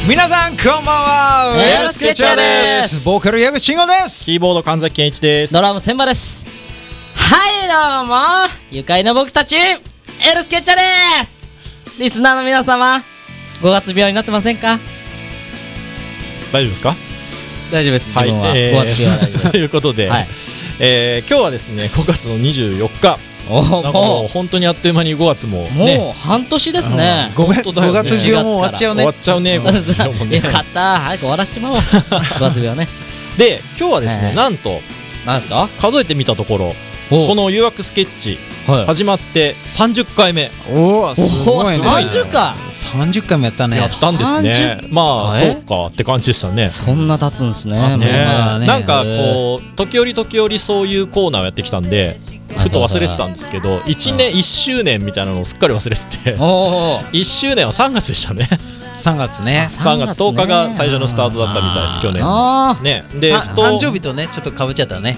皆さんこんばんは、 エルスケッチャーです。 ボーカル矢口慎吾です。 キーボード神崎健一です。 ドラム千葉です。はいどうも、愉快な僕たちエルスケッチャーです。リスナーの皆様、5月病になってませんか？ 大丈夫ですか？ 大丈夫です。自分は5月病は大丈夫です。 ということで、はい、今日はですね5月の24日、なんかもう本当にあっという間に5月もね、 もう半年ですね。 5月病も終わっちゃうね。 終わっちゃうね。5月病もね。 よかった、早く終わらせてもらおう。5月病ね。 で今日はですね、なんと何ですか？ 数えてみたところ、この誘惑スケッチ始まって30回目。 おお、すごいね。 30回 30回もやったね。 やったんですね。まあそうかって感じでしたね。 そんな経つんですね。 なんかこう時折そういうコーナーをやってきたんで、ふと忘れてたんですけど、1周年みたいなのをすっかり忘れてて、1周年は3月でしたね。 3月ね。 3月10日が最初のスタートだったみたいです、去年ね。で誕生日とねちょっと被っちゃったね。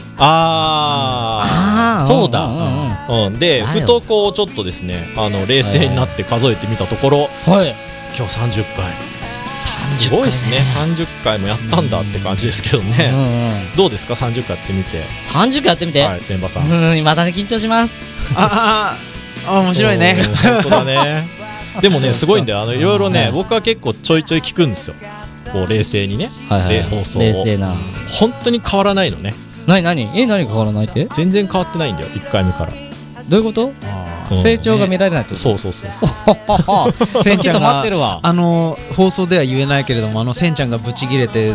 そうだ。でふとこうちょっとですね、冷静になって数えてみたところ、今日30回。すごいですね。30回もやったんだって感じですけどね。どうですか、30回やってみて。 30回やってみて。 はい、千葉さん。 またね緊張します。 面白いね。 本当だね。でもねすごいんだよ。いろいろね、僕は結構ちょいちょい聞くんですよ。こう冷静にね、放送を。冷静な。本当に変わらないのね。 何変わらないって？ 全然変わってないんだよ、1回目から。 どういうこと？成長が見られないってこと？そう。 せんちゃんが放送では言えないけれども、せんちゃんがブチギレて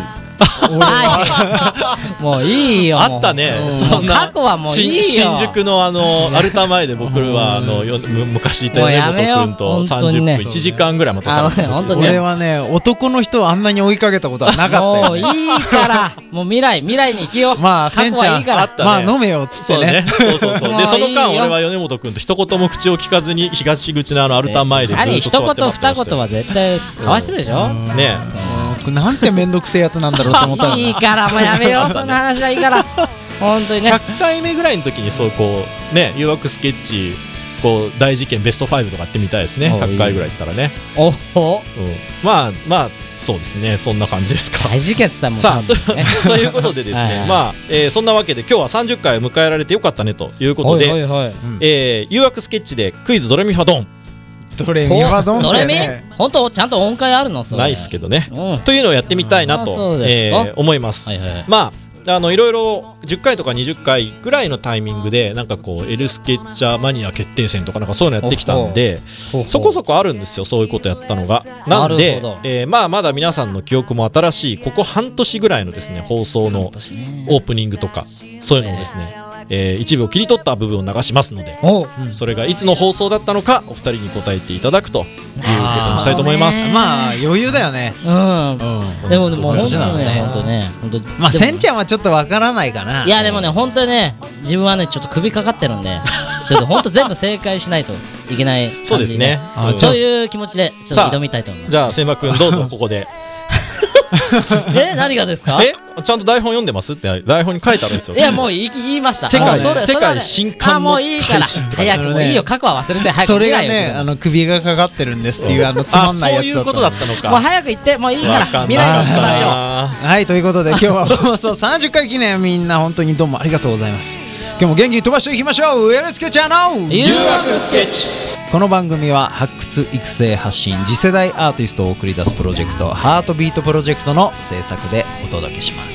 もういいよ。 あったね。 そんな過去はもういいよ。 新宿のアルタ前で僕は昔いた米本君と30分1時間ぐらい待たされた。 俺はね、男の人をあんなに追いかけたことはなかったよ。 もういいから、もう未来に生きよう。 まあせんちゃん、まあ飲めよっつってね。 そうでその間俺は米本君と一言も口を聞かずに東口のアルタ前でずっと座って待ってました。 一言二言は絶対交わしてるでしょ。 ね。 なんてめんどくせえやつなんだろうと思ったらいいからもうやめよう、そんな話はいいから本当にね。 100回目ぐらいの時にそうこうね、誘惑スケッチこう大事件ベスト5とかやってみたいですね。100回ぐらいいったらね。まあそうですね、そんな感じですか。 大事件って言ったらもうさあということでですね、まあそんなわけで今日は30回を迎えられてよかったねということで、誘惑スケッチでクイズドレミファドン。 ドレミファドンってね、 本当ちゃんと音階あるの？ ないっすけどね、というのをやってみたいなと思います。まあいろいろ10回とか20回ぐらいのタイミングでなんかこうエルスケッチャーマニア決定戦とかなんかそういうのやってきたんで、そこそこあるんですよ、そういうことやったのが。なんでまあまだ皆さんの記憶も新しいここ半年ぐらいのですね放送のオープニングとかそういうのをですね、一部を切り取った部分を流しますので、それがいつの放送だったのかお二人に答えていただくということにしたいと思います。 まあ余裕だよね。 でも本当ね、 まあせんちゃんはちょっとわからないかな。 いやでもね本当にね、自分はねちょっと首かかってるんでちょっと本当全部正解しないといけない感じで。そうですね。そういう気持ちでちょっと挑みたいと思います。 じゃあ千葉君どうぞここで。 何がですか？ ちゃんと台本読んでますって台本に書いてあるんですよ。 いやもう言いました。 世界新刊のもういいから早くもういいよ、過去は忘れて早く。 それがね首がかかってるんですっていうつまんないやつだった。そういうことだったのか。 もう早く言って、もういいから未来に行きましょう。 はい、ということで今日は放送30回記念、みんな本当にどうもありがとうございます。今日も元気に飛ばしていきましょう。エルスケッチャーの誘惑スケッチ。 この番組は発掘育成発信次世代アーティストを送り出すプロジェクトハートビートプロジェクトの制作でお届けします。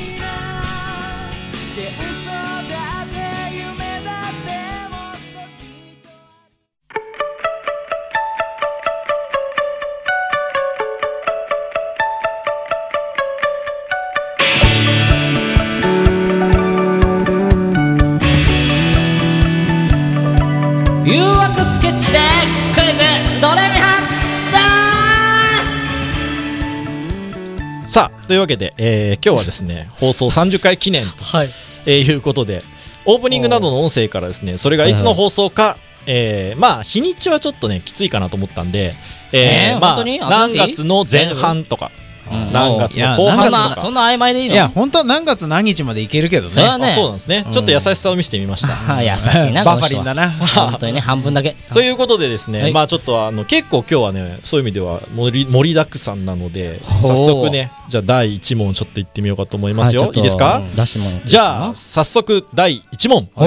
誘惑スケッチでクイズドレミハッ。 さあというわけで、今日はですね放送30回記念ということで、オープニングなどの音声からですねそれがいつの放送か、まあ日にちはちょっとねきついかなと思ったんで、まあ何月の前半とか何月の後半とかそんな曖昧でいいの？ いや本当は何月何日までいけるけどね。 そうなんですね。ちょっと優しさを見せてみました。 優しいな。 バカリンだな。 本当にね、半分だけ。 ということでですね、まあちょっと結構今日はね、そういう意味では盛りだくさんなので、早速ね、じゃあ第1問ちょっといってみようかと思いますよ。いいですか？じゃあ早速第1問。はい。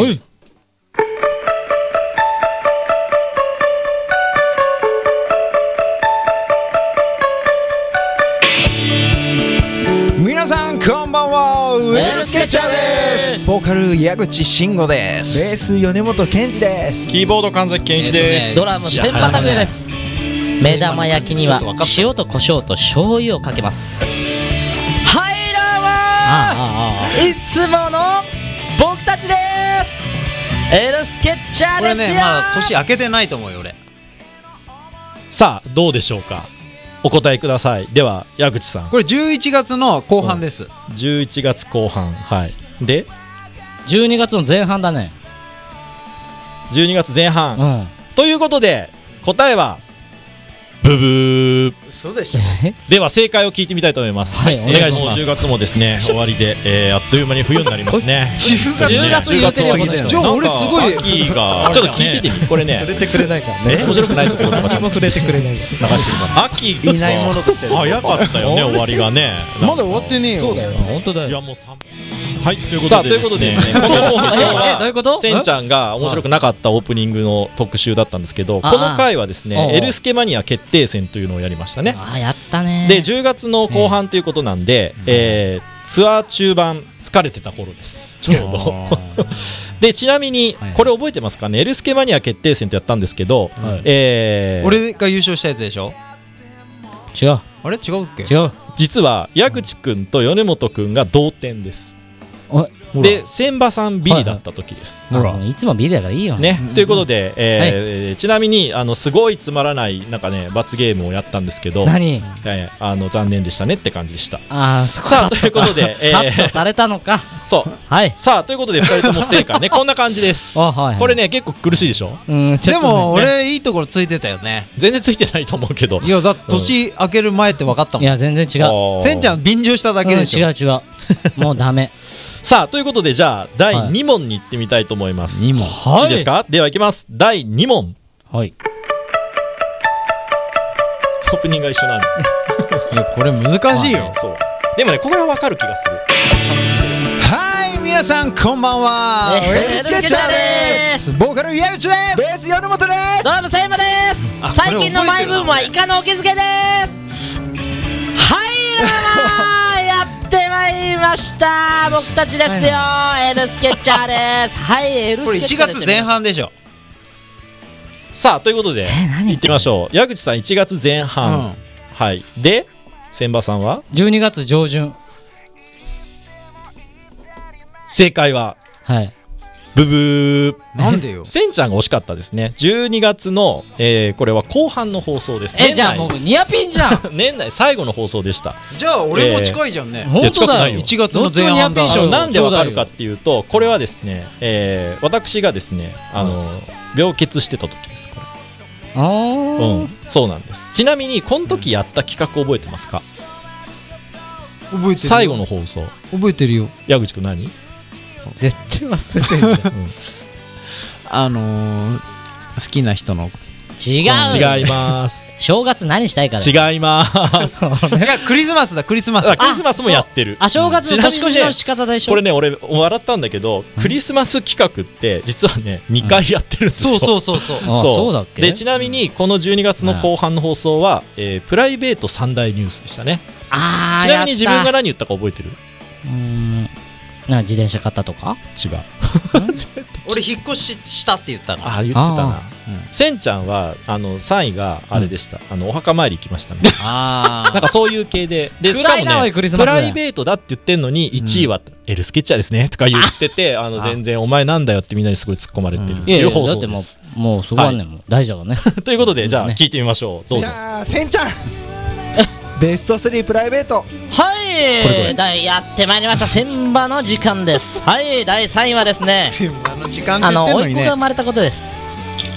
皆さんこんばんは、エルスケッチャーです。ボーカル矢口慎吾です。 ベース米本健二です。 キーボード神崎健一です。 ドラム千葉拓也です。目玉焼きには塩と胡椒と醤油をかけます。はいどうもいつもの僕たちです。エルスケッチャーですよ。 これね、まだ年明けてないと思うよ俺。 さあどうでしょうか、お答えください。では矢口さん。 これ11月の後半です。 11月後半。はい。で 12月の前半だね。 12月前半、ということで答えはブブー。 嘘でしょ。 では正解を聞いてみたいと思います。はい、お願いします。10月もですね終わりで、あっという間に冬になりますね。 10月言ってるよ。 じゃあ俺すごい秋がちょっと聞いててみ。これね触れてくれないからね。 面白くないところとか何も触れてくれない。流してるから。 秋いないものとして早かったよね終わりがね。 まだ終わってねえよ。 そうだよ。本当だよ。 いやもうはいということでですね。この放送はどういうこと？ せんちゃんが面白くなかったオープニングの特集だったんですけど、この回はですねエルスケマニア決定戦というのをやりましたね。 やったね。 で10月の後半ということなんで、ツアー中盤疲れてた頃ですちょうどでちなみにこれ覚えてますかね、エルスケマニア決定戦ってやったんですけど、 俺が優勝したやつでしょ。 違う。 あれ違うっけ。 違う。 実は矢口くんと米本くんが同点です。で千葉さんビリだった時です。 いつもビリだからいいよね。ということで、ちなみにすごいつまらないなんかね罰ゲームをやったんですけど、 何？ 残念でしたねって感じでした。 さあということでカットされたのか。 そう。はい。さあということで2人とも正解ね。こんな感じです。これね結構苦しいでしょ。 でも俺いいところついてたよね。 全然ついてないと思うけど。 いやだって年明ける前って分かったもん。 いや全然違う。 せんちゃん便乗しただけでしょ。 違うもうダメ。 さあということでじゃあ第2問に行ってみたいと思います。 2問いいですか。ではいきます。第2問。 はい。 オープニングが一緒なんでいやこれ難しいよ。 そうでもねこれは分かる気がする。 はい皆さんこんばんは、エルスケッチャーです。ボーカル矢口です。 ベース米本です。 ドラム千葉です。最近のマイブームはイカのお気づけです。はいやってまいりました僕たちですよ、エルスケッチャーです。はいエルスケッチャーです。 これ1月前半でしょ。 さあということで行ってみましょう。矢口さん1月前半、はいで千葉さんは 12月上旬。 正解ははいブブー。 なんでよ。 せんちゃんが惜しかったですね。12月の、これは後半の放送です。 じゃあもうニアピンじゃん。 年内最後の放送でした。 じゃあ俺も近いじゃんね。 本当だよ。 1月の前半だ。 なんでわかるかっていうとこれはですね、私がですね病欠してた時です。これそうなんです。ちなみにこの時やった企画覚えてますか。 覚えてる。 最後の放送覚えてるよ。 矢口くん何絶対忘れてるじゃん。好きな人の。 違います。 正月何したいから。 違います。 違うクリスマスだ。クリスマスもやってる。 正月の年越しの仕方でしょ。 これね俺笑ったんだけどクリスマス企画って実はね2回やってるんですよ。 そうだっけ。 でちなみにこの12月の後半の放送はプライベート3大ニュースでしたね。ちなみに自分が何言ったか覚えてる。 自転車買ったとか。 違う。 俺引っ越ししたって言ったの。 言ってたな。せんちゃんは3位があれでした。お墓参り行きましたね。なんかそういう系でしかもねプライベートだって言ってんのに1位はエルスケッチャーですねとか言ってて全然お前なんだよってみんなにすごい突っ込まれてるっていう放送です。 もうそこはね大丈夫ね。 ということでじゃあ聞いてみましょう。どうぞ。 じゃあせんちゃんベスト3プライベート。 はいやってまいりました。千葉の時間です。はい第3位はですね千葉の時間って言ってんのにね。 甥っ子が生まれたことです。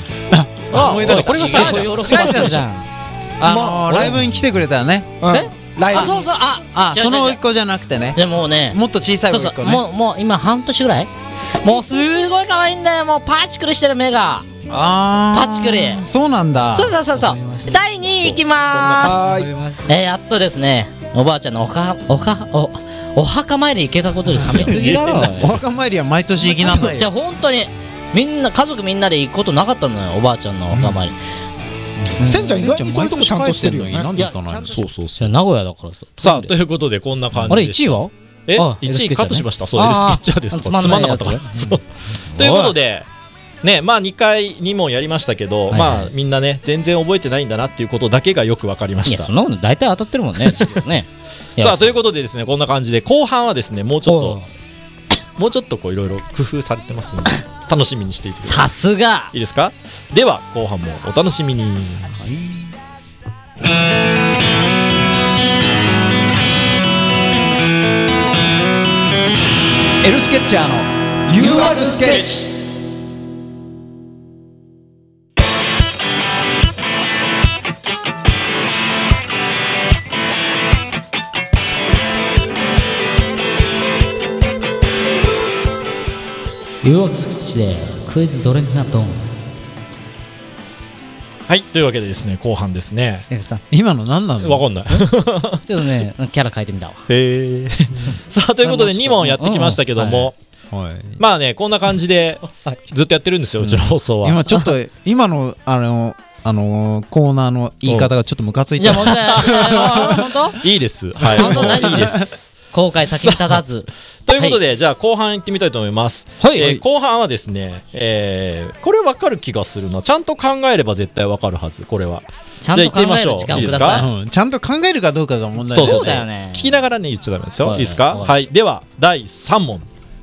思い出した。 これが最初喜ばしいじゃん。 ライブに来てくれたよね。 ライブ。 そうそう、違うその甥っ子じゃなくてね、 でもうね、 もっと小さい甥っ子ね。 もう今半年ぐらい、もうすごい可愛いんだよ。もうパチクリしてる目が。パチクリ。 そうなんだ。 そう第2位いきまーす。やっとですね、おばあちゃんのお墓参り行けたことですよ。 すぎだろ。 お墓参りは毎年行きなんだよ。 じゃあ本当にみんな家族みんなで行くことなかったのよ、おばあちゃんのお墓参り。 せんちゃん意外にそういうとこちゃんとしてるよね。 なんで行かないの？ そう名古屋だからさ。 さあということでこんな感じで。 あれ1位は ？1位カットしました。そう、エルスケッチャーです。つまんなかったから。ということでね、まあ2問やりましたけど、まあみんなね全然覚えてないんだなっていうことだけがよく分かりました。 いや、そんなこと大体当たってるもんね。 さあということでですね、こんな感じで後半はですね、もうちょっとこういろいろ工夫されてますので楽しみにしていてください。 さすが。 いいですか？では後半もお楽しみに。 エルスケッチャーの UR スケッチ。 UR スケッチでクイズドレミファドン。 はい、というわけでですね、後半ですね。 今の何なの？ わかんない。 ちょっとね、キャラ変えてみたわ。 へえ。さあということで2問やってきましたけども、まあね、こんな感じでずっとやってるんですよ、うちの放送は。 今ちょっと今のコーナーの言い方がちょっとムカついてる。 じゃあもう一回。本当？ いいです。はい。 本当大丈夫いいです。 後悔先に立たず。 ということで、じゃあ後半行ってみたいと思います。後半はですね、これ分かる気がするな。ちゃんと考えれば絶対分かるはず、これは。 ちゃんと考える時間をください。 ちゃんと考えるかどうかが問題。 そうだよね。聞きながらね、言っちゃダメですよ。いいですか？はい。では、第3問。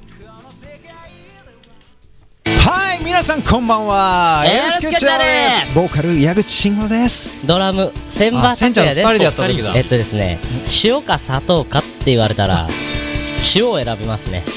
はい、皆さんこんばんは。 エルスケッチャーです。 ボーカル矢口慎吾です。 ドラム千葉拓也です。 2人でやった時だ。 ですね、塩か砂糖かって言われたら塩を選びますね。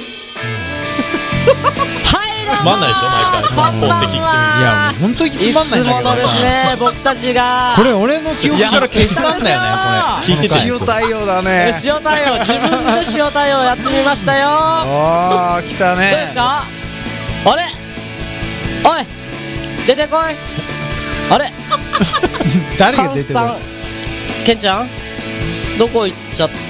つまんないでしょ、毎回3本って聞いてみる。いや、もう本当につまんないんだけどさ。 ですね、僕たちがこれ俺の記憶から消したんだよね、これ。聞いてて塩対応だね。 塩対応、自分で塩対応やってみましたよ。 あー、来たね。 どうですか？あれ、おい、出てこい。あれ誰が出てる？ ケンちゃんどこ行っちゃった？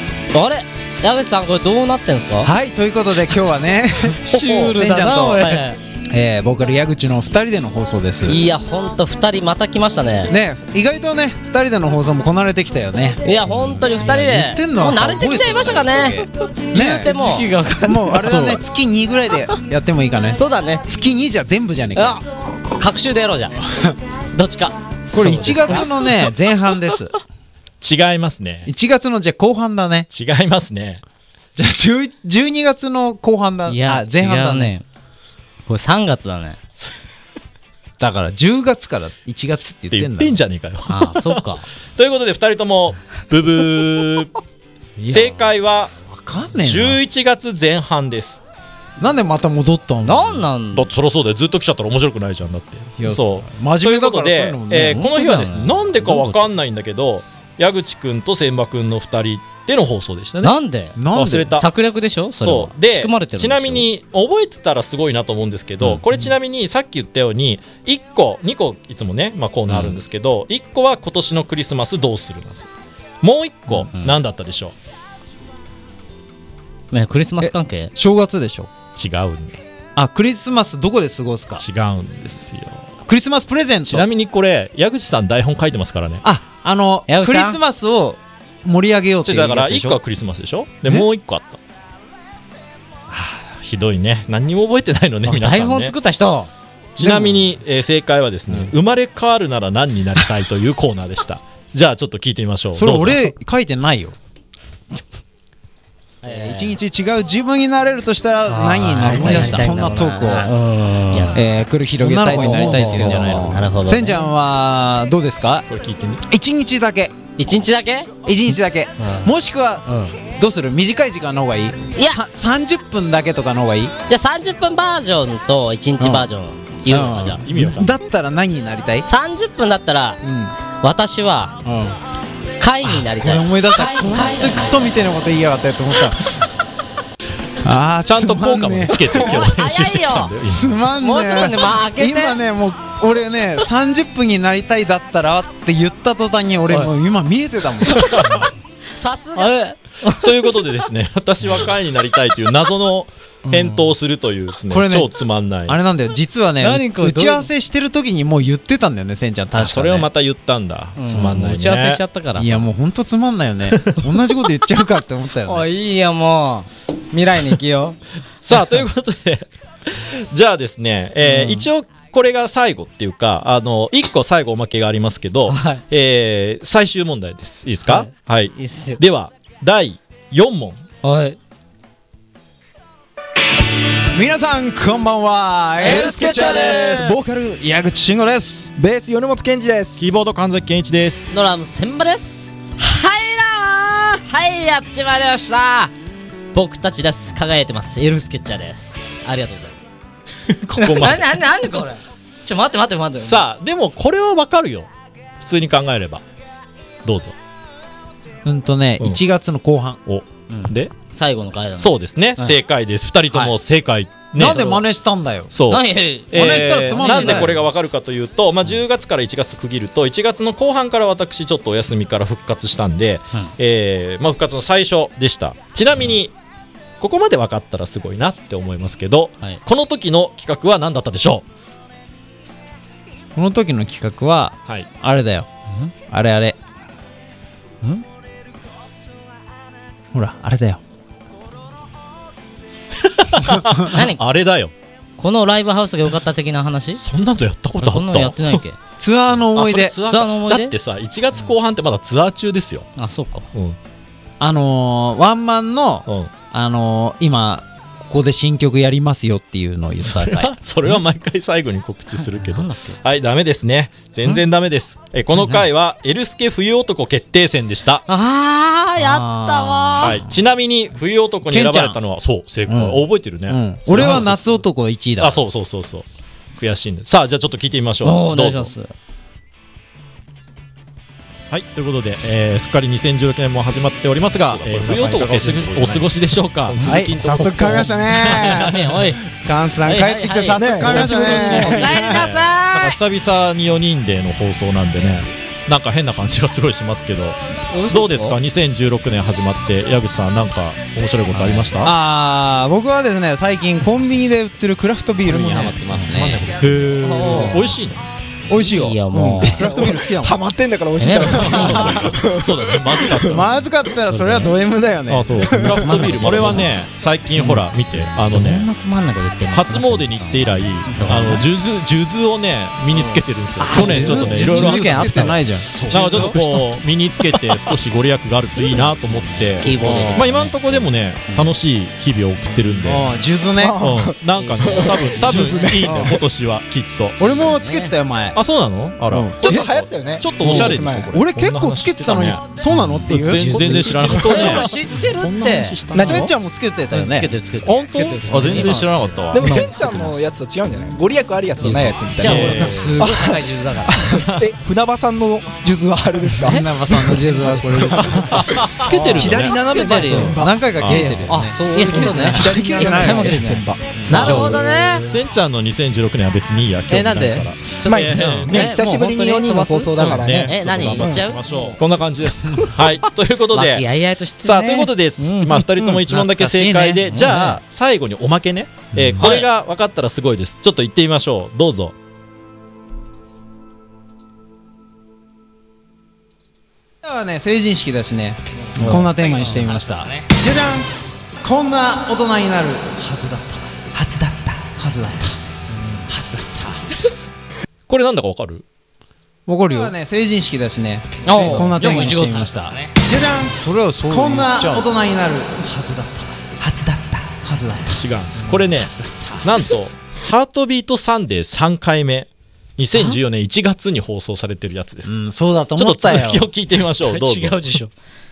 あれ矢口さん、これどうなってんすか？ はい、ということで今日はねシュールだな、 とボーカル矢口の2人での放送です。 いや、ほんと2人また来ましたね。 ね、意外とね2人での放送もこなれてきたよね。 いや、ほんとに2人でもう慣れてきちゃいましたかね。言うてももうあれだね、月2ぐらいでやってもいいかね。 そうだね、 月2じゃ全部じゃねえか。 隔週でやろうじゃんどっちか。 これ1月のね前半です。 違いますね。 1月のじゃ後半だね。 違いますね。 じゃあ12月の後半だ。 いや、 前半だね。 これ3月だね。 だから10月から1月って言ってんだ。 言ってんじゃねえかよ。 ああ、そうか。 ということで2人ともブブー。正解は11月前半です。 なんでまた戻ったんだ。 なんなんだってそりゃそうだよ、ずっと来ちゃったら面白くないじゃん。だってそう真面目だから。 ということでこの日はですね、なんでかわかんないんだけど、矢口くんと千葉くんの2人での放送でしたね。 なんで忘れた。 策略でしょ。 そうで、ちなみに覚えてたらすごいなと思うんですけど、これちなみにさっき言ったように1個2個いつもね、コーナーあるんですけど、1個は今年のクリスマスどうするなんですよ。もう1個何だったでしょう。クリスマス関係？ 正月でしょ。 違うんだ。 あ、クリスマスどこで過ごすか。 違うんですよ。 クリスマスプレゼント。 ちなみにこれ矢口さん台本書いてますからね。 クリスマスを盛り上げようっていうやつでしょ。だから 1個はクリスマスでしょ。でもう1個あった。ひどいね、何にも覚えてないのね皆さんね。 台本作った人。 ちなみに正解はですね、生まれ変わるなら何になりたいというコーナーでした。じゃあちょっと聞いてみましょう。 それ俺書いてないよ。一日違う自分になれるとしたら何になりたいですか。そんなトークを繰り広げたいと思ってるんじゃないの。 なるほど。 せんちゃんはどうですか。 これ聞いてみ。 1日だけ。 1日だけ 1日だけ、もしくはどうする。短い時間の方がいい。いや 30分だけとかの方がいい。 じゃあ30分バージョンと1日バージョン言うのか。じゃあ意味わかんない。 だったら何になりたい。 30分だったら私は会になりたい。 これ思い出した。 会本当にクソみたいなこと言いやがったよと思った。 ちゃんと効果もつけて今日編集してきたんだよ。 つまんねえ。 もうちょっとね、開けて。 今ね、もう俺ね、30分になりたいだったらって言った途端に俺もう今見えてたもん。 さすが。あれということでですね、私は会になりたいという謎の返答をするというですね、 これね超つまんない。 あれなんだよ、実はね、打ち合わせしてる時にもう言ってたんだよね、せんちゃん。確かね。 それをまた言ったんだ。つまんないね。 打ち合わせしちゃったからさ。 いやもうほんとつまんないよね。同じこと言っちゃうかって思ったよね。 おい、いいよもう。未来に生きよう。 さあ、ということで、じゃあですね、一応これが最後っていうか、1個最後おまけがありますけど、最終問題です。いいですか？はい。 いいっすよ。 では、第4問。 はい。 皆さんこんばんは、エルスケッチャーです。ボーカル矢口慎吾です。 ベース米本健二です。 キーボード神崎健一です。 ドラム千葉です。はいなー、はい、やってまいりました。僕たちです。輝いてます。エルスケッチャーです。ありがとうございます。 ここまで。 なんでこれ。待って。 さあ、でもこれはわかるよ。普通に考えれば。どうぞ。 1月の後半。 で最後の回だね。 そうですね、正解です。2人とも正解、 なんで真似したんだよ。 そう、 真似したらつまんない。 なんでこれが分かるかというと、10月から1月区切ると1月の後半から私ちょっとお休みから復活したんで、復活の最初でした。ちなみに、ここまで分かったらすごいなって思いますけど、この時の企画は何だったでしょう？この時の企画は、あれだよ。あれほら、あれだよ。 何あれだよ。 このライブハウスが良かった的な話？ そんなのやったことあった？ こんなのやってないっけ？ ツアーの思い出。 ツアーの思い出だってさ、1月後半ってまだツアー中ですよ。 あ、そうか。 ワンマンの、今ここで新曲やりますよっていうのを言った回。 それは毎回最後に告知するけど、はい、ダメですね。全然ダメです。この回はエルスケ冬男決定戦でした。 やったわ。 はい、ちなみに冬男に選ばれたのは、そう正解、覚えてるね。 俺は夏男1位だ。 そう悔しいんです。さあ、じゃあちょっと聞いてみましょう。どうぞ。はい、ということで、すっかり2016年も始まっておりますが、冬男お過ごしでしょうか。 はい、早速買いましたね。 おい、 カンさん帰ってきて早速買いましたね。 お帰りなさい。 なんか久々に4人での放送なんでね、なんか変な感じがすごいしますけど、どうですか2016年始まって矢口さん、なんか面白いことありました？ 僕はですね、最近コンビニで売ってるクラフトビールにハマってますね。 へえ、美味しいの？ 美味しいよ。 いやもうクラフトビール好きだもん。 ハマってんだから美味しいんだろ。 そうだね。 まずかったらそれはド M だよね。 そう。クラフトビール。俺はね、最近ほら見て、初詣に行って以来、数珠をね身につけてるんですよ。去年ちょっとねいろいろ事件あってないじゃん。 なんかちょっとこう身につけて少しご利益があるといいなと思って。今んとこでもね楽しい日々を送ってるんで。 数珠ね。 なんかね多分いいんだよ今年はきっと。 俺もつけてたよ前。 あ、そうなの？あら、 ちょっと流行ったよね。 ちょっとおしゃれでしょこれ。 俺結構つけてたのに、そうなのっていう。 全然知らなかったね。 知ってるって。 せんちゃんもつけてたよね。 つけてる。 本当？あ、全然知らなかったわ。 でもせんちゃんのやつと違うんじゃない？ご利益あるやつとないやつみたいな。 じゃあ俺もすごい高い数珠だから。 船場さんの数珠はあれですか？ 船場さんの数珠はこれです。 つけてる。 左斜め前で何回か切れてる。 あ、そういうことね。 左切れてない。 なるほどね。 せんちゃんの2016年は別にいいや。 なんで？ 久しぶりに4人の放送だからね。 何言っちゃう？ こんな感じです。はい、ということで、さあということで、2人とも1問だけ正解で、じゃあ最後におまけね。これが分かったらすごいです。ちょっと言ってみましょう。どうぞ。 はね、成人式だしね、こんなテーマにしてみました。じゃじゃん、こんな大人になるはずだった。 これなんだかわかる？ わかるよ。ね、成人式だしね、こんなテーマにしてみました。じゃじゃん、それはそう。こんな大人になるはずだった。 違うんです。これね、なんとハートビートサンデー3回目。2014年1月に放送されてるやつです。 そうだと思ったよ。 ちょっと続きを聞いてみましょう。どうぞ。 違うでしょ。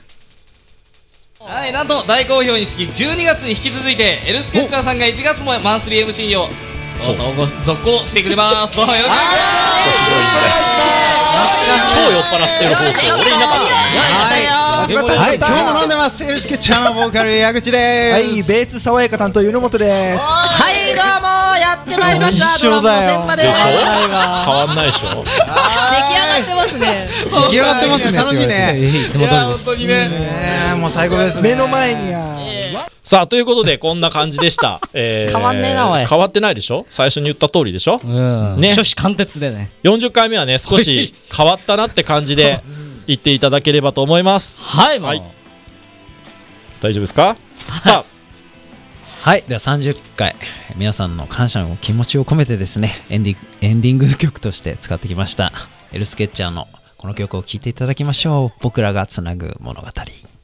はい、なんと大好評につき12月に引き続いてエルスケッチャーさんが1月もマンスリー MC を続行してくれます。どうもよろしくお願いします。 超酔っ払ってる放送俺いなかったはい、今日も飲んでます。エルスケッチャーのボーカル矢口です。 はい、ベース爽やか担当湯本です。 はいどうもやってまいりました。 一緒だよドラムの先輩です。 でしょ変わんないでしょ。 出来上がってますね。 出来上がってますね。楽しいね。 いつも通りです。 本当にね。 もう最高ですね。 目の前にはさあということでこんな感じでした。変わんねえなおい変わってないでしょ。最初に言った通りでしょ。ね。 初子貫徹でね。 40回目はね少し変わったなって感じで言っていただければと思います。 はいはい。大丈夫ですか。さあ。 はい、では30回皆さんの感謝の気持ちを込めてですねエンディング曲として使ってきましたエルスケッチャーのこの曲を聴いていただきましょう。僕らがつなぐ物語。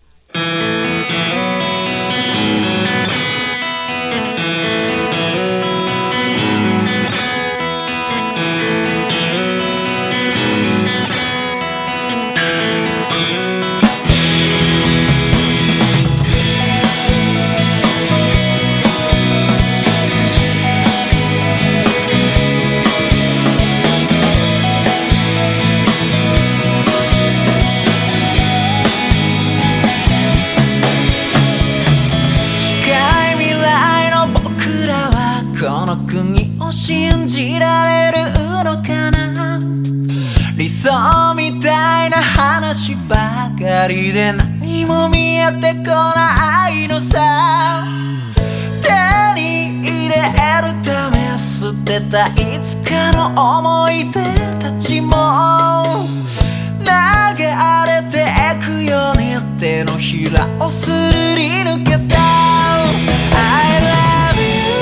信じられるのかな。理想みたいな話ばかりで何も見えてこないのさ。手に入れるため捨てたいつかの思い出たちも流れてくように手のひらをすり抜けた。I love you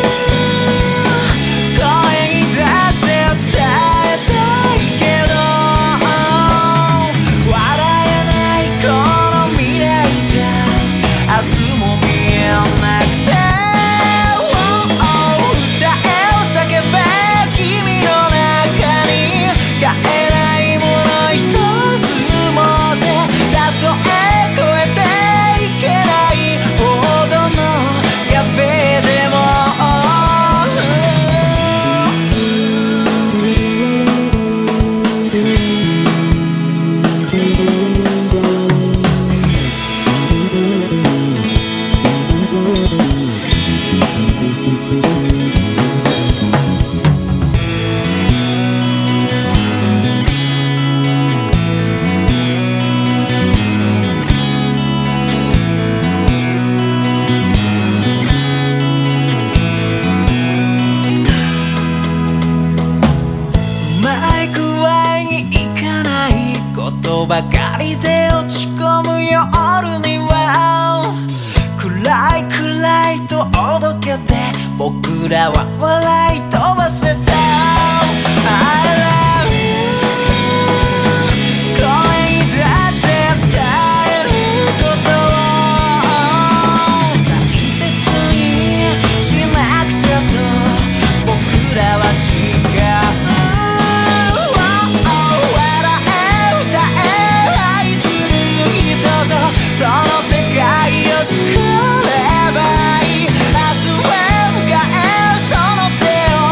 ばかりで落ち込む夜には暗い暗いとおどけて僕らは笑い飛ばせた。I love you 声に出して伝えることを大切にしなくちゃと僕らは違う。その世界を作ればいい。明日へ向かえその手を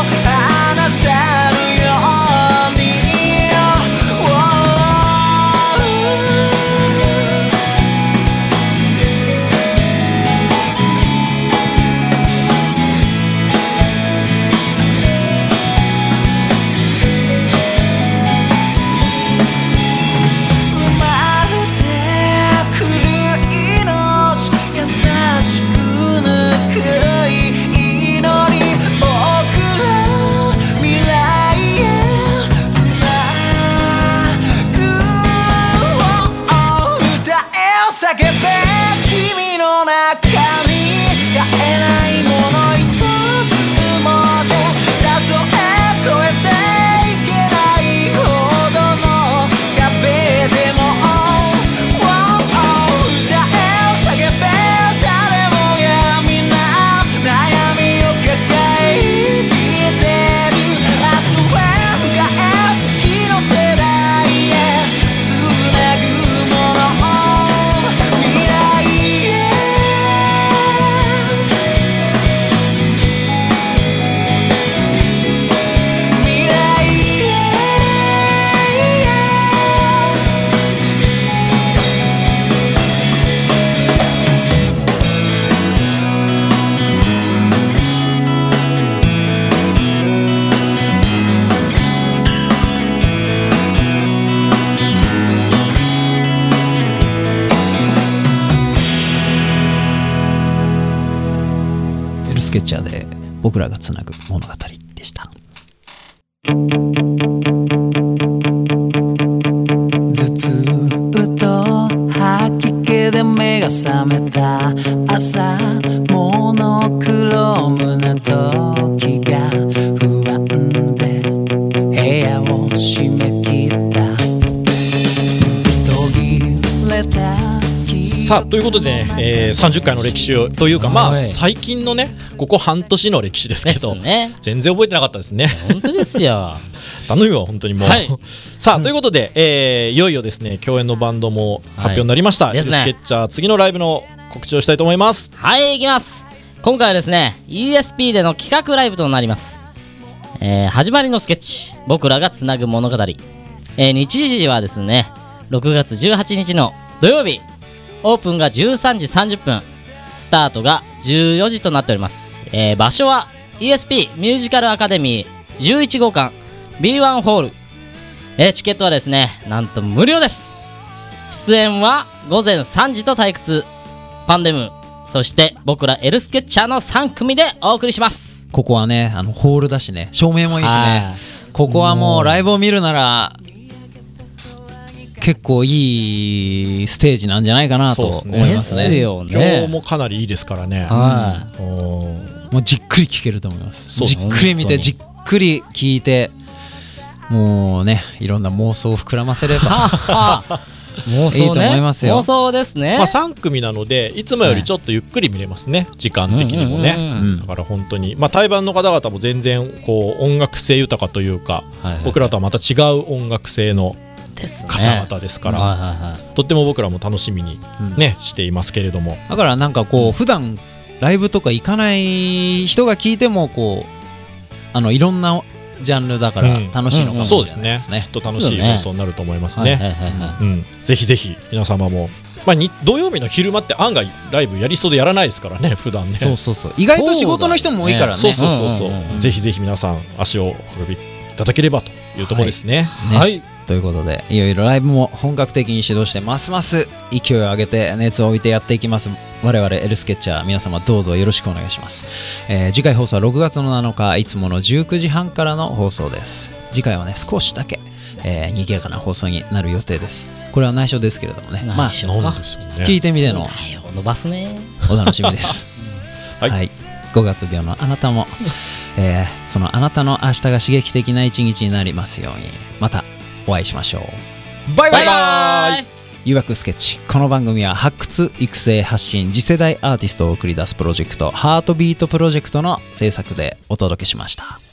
チャーで僕らがつなぐ物語でした。 頭痛と吐き気で目が覚めた朝、モノクロームな時が不安で部屋を閉め切った途切れた。 さあということでね、30回の歴史をというか、まあ最近のねここ半年の歴史ですけど、 ね、 全然覚えてなかったですね。 本当ですよ。 頼むよ本当にもう、はい、さあということで、いよいよですね共演のバンドも発表になりました、 はい、ですね。 エルスケッチャー次のライブの告知をしたいと思います。 はい、いきます。今回はですね ESP での企画ライブとなります。始まりのスケッチ、僕らがつなぐ物語。日時はですね6月18日の土曜日、オープンが13時30分、スタートが14時となっております。場所は ESP ミュージカルアカデミー11号館 B1 ホール。チケットはですねなんと無料です。出演は午前3時と退屈、パンデム、そして僕らエルスケッチャーの3組でお送りします。 ここはねホールだしね、照明もいいしね、ここはもうライブを見るなら結構いいステージなんじゃないかなと思いますね。 ですよね。 今日もかなりいいですからね。 はい、もうじっくり聴けると思います。じっくり見てじっくり聴いて、もうねいろんな妄想を膨らませれば妄想、ね、 いいと思いますよ。 妄想ですね。 まあ3組なのでいつもよりちょっとゆっくり見れますね、時間的にもね、だから本当に、まあ、対バンの方々も全然こう音楽性豊かというか、僕らとはまた違う音楽性の方々ですから、とっても僕らも楽しみに、ねしていますけれども、 だからなんかこう普段ライブとか行かない人が聞いてもこういろんなジャンルだから楽しいのかもしれないですね。 きっと楽しい放送になると思いますね。ぜひぜひ皆様も、まあ、土曜日の昼間って案外ライブやりそうでやらないですからね普段ね。 そう意外と仕事の人も多いからね。 ぜひぜひ皆さん足をお呼びいただければというところですね。 はい、ということでいろいろライブも本格的に始動してますます勢いを上げて熱を帯びてやっていきます。我々エルスケッチャー皆様どうぞよろしくお願いします。次回放送は6月の7日いつもの19時半からの放送です。次回はね少しだけ、賑やかな放送になる予定です。これは内緒ですけれどもね、まあ聞いてみての伸ばすねお楽しみです。はい、5月病のあなたも、そのあなたの明日が刺激的な一日になりますように。またお会いしましょう。バイバイバイ。誘惑スケッチ。この番組は発掘育成発信次世代アーティストを送り出すプロジェクトハートビートプロジェクトの制作でお届けしました。